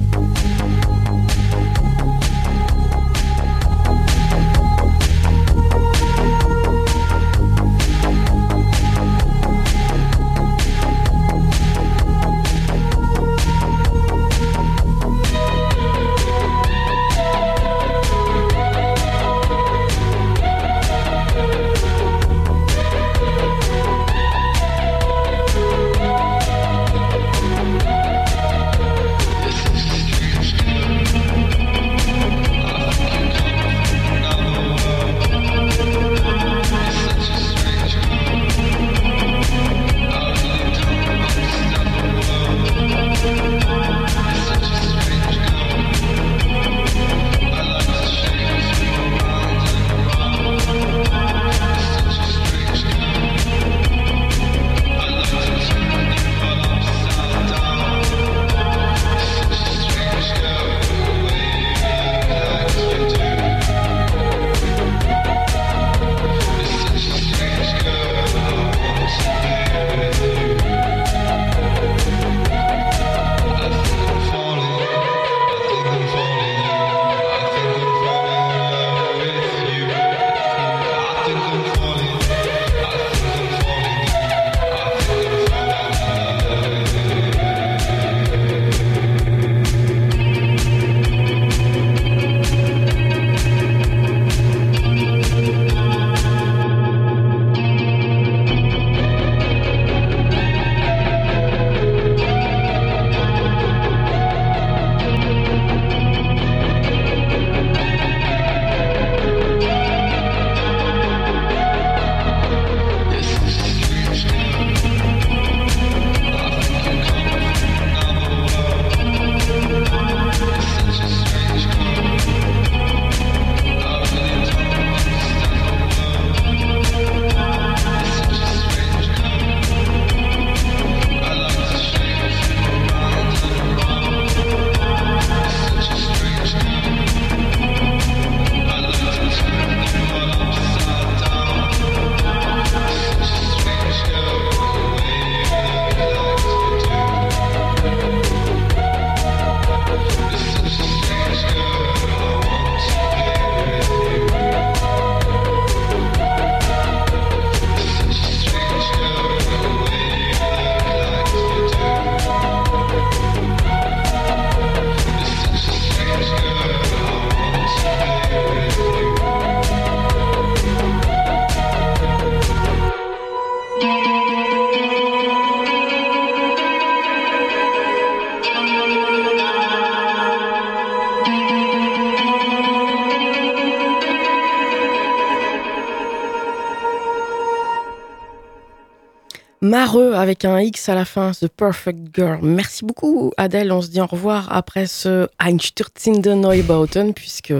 Mareux avec un X à la fin, The Perfect Girl. Merci beaucoup Adèle, on se dit au revoir après ce Einstürzende Neubauten puisque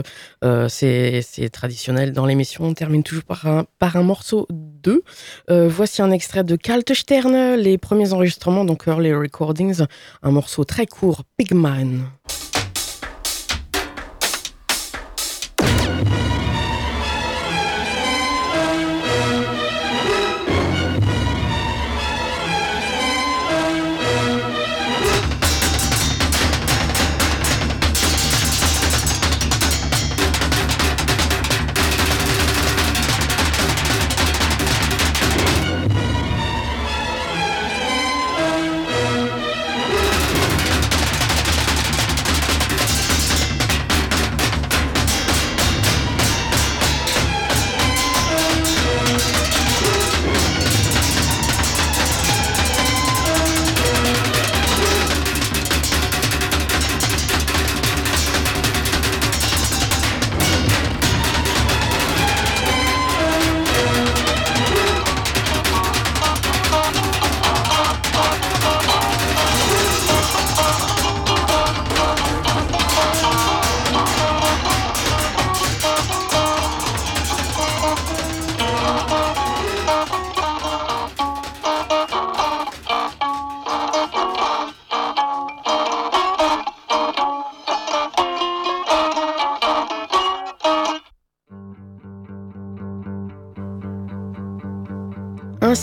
c'est traditionnel dans l'émission, on termine toujours par un morceau 2. Voici un extrait de Kalte Sterne, les premiers enregistrements, donc Early Recordings, un morceau très court, Pigman.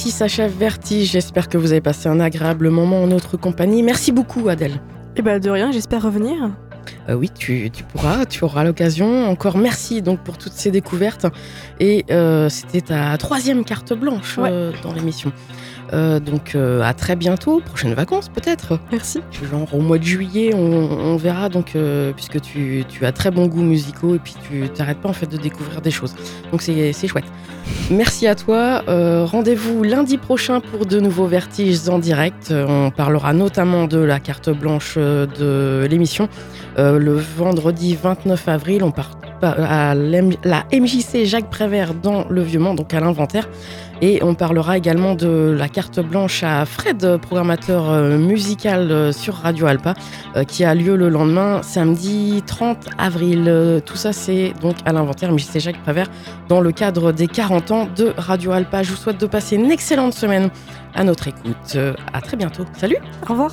Ainsi s'achève Vertige. J'espère que vous avez passé un agréable moment en notre compagnie. Merci beaucoup, Adèle. Et de rien, j'espère revenir. Oui, tu pourras, tu auras l'occasion. Encore merci donc pour toutes ces découvertes. Et c'était ta 3e carte blanche dans l'émission. Donc à très bientôt, prochaines vacances peut-être. Merci. Genre au mois de juillet, on verra donc puisque tu as très bons goûts musicaux et puis tu t'arrêtes pas en fait de découvrir des choses. Donc c'est chouette. Merci à toi. Rendez-vous lundi prochain pour de nouveaux Vertiges en direct. On parlera notamment de la carte blanche de l'émission. Le vendredi 29 avril, on part à la MJC Jacques Prévert dans le Vieux-Mans, donc à l'Inventaire. Et on parlera également de la carte blanche à Fred, programmateur musical sur Radio Alpa, qui a lieu le lendemain, samedi 30 avril. Tout ça, c'est donc à l'Inventaire MJC Jacques Prévert dans le cadre des 40 ans de Radio Alpa. Je vous souhaite de passer une excellente semaine à notre écoute. À très bientôt. Salut. Au revoir.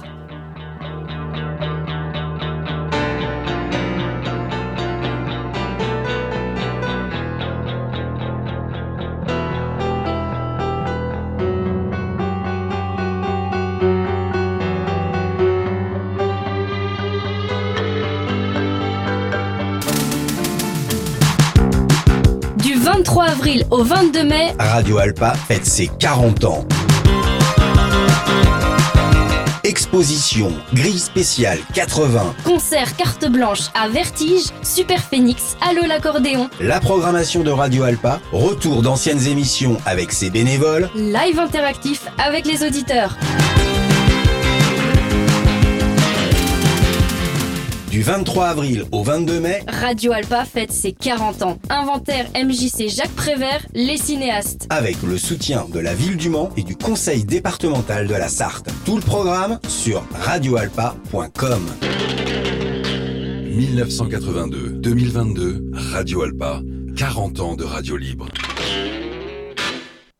Du 23 avril au 22 mai, Radio Alpa fête ses 40 ans. Exposition, grille spéciale 80. concert carte blanche à Vertige, Super Phoenix, Allô l'accordéon. La programmation de Radio Alpa, retour d'anciennes émissions avec ses bénévoles. Live interactif avec les auditeurs. Du 23 avril au 22 mai, Radio Alpa fête ses 40 ans. Inventaire MJC Jacques Prévert, les cinéastes. avec le soutien de la ville du Mans et du conseil départemental de la Sarthe. Tout le programme sur radioalpa.com. 1982-2022, Radio Alpa, 40 ans de radio libre.